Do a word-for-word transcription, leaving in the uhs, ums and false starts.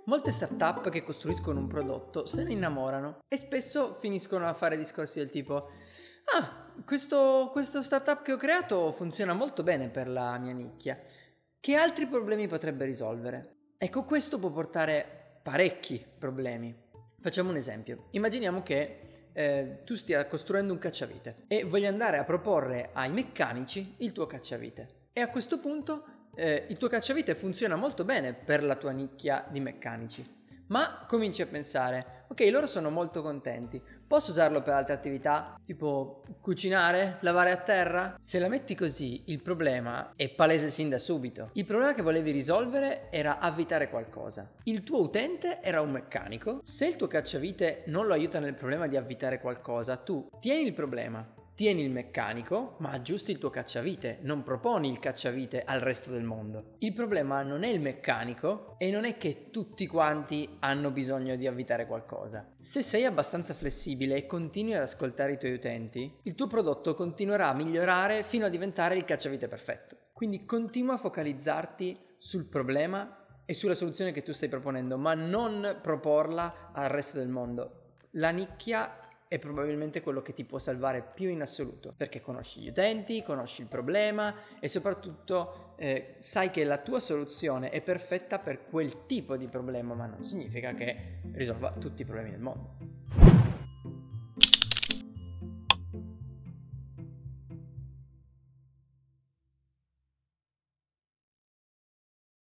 Molte startup che costruiscono un prodotto se ne innamorano e spesso finiscono a fare discorsi del tipo: ah, questo, questo startup che ho creato funziona molto bene per la mia nicchia. Che altri problemi potrebbe risolvere? Ecco, questo può portare parecchi problemi. Facciamo un esempio. Immaginiamo che eh, tu stia costruendo un cacciavite e voglia andare a proporre ai meccanici il tuo cacciavite. E a questo punto eh, il tuo cacciavite funziona molto bene per la tua nicchia di meccanici. Ma cominci a pensare: ok, loro sono molto contenti, posso usarlo per altre attività, tipo cucinare, lavare a terra? Se la metti così, il problema è palese sin da subito. Il problema che volevi risolvere era avvitare qualcosa. Il tuo utente era un meccanico. Se il tuo cacciavite non lo aiuta nel problema di avvitare qualcosa, tu tieni il problema, tieni il meccanico, ma aggiusti il tuo cacciavite, non proponi il cacciavite al resto del mondo. Il problema non è il meccanico e non è che tutti quanti hanno bisogno di avvitare qualcosa. Se sei abbastanza flessibile e continui ad ascoltare i tuoi utenti, il tuo prodotto continuerà a migliorare fino a diventare il cacciavite perfetto. Quindi continua a focalizzarti sul problema e sulla soluzione che tu stai proponendo, ma non proporla al resto del mondo. La nicchia è probabilmente quello che ti può salvare più in assoluto, perché conosci gli utenti, conosci il problema e soprattutto eh, sai che la tua soluzione è perfetta per quel tipo di problema, ma non significa che risolva tutti i problemi del mondo.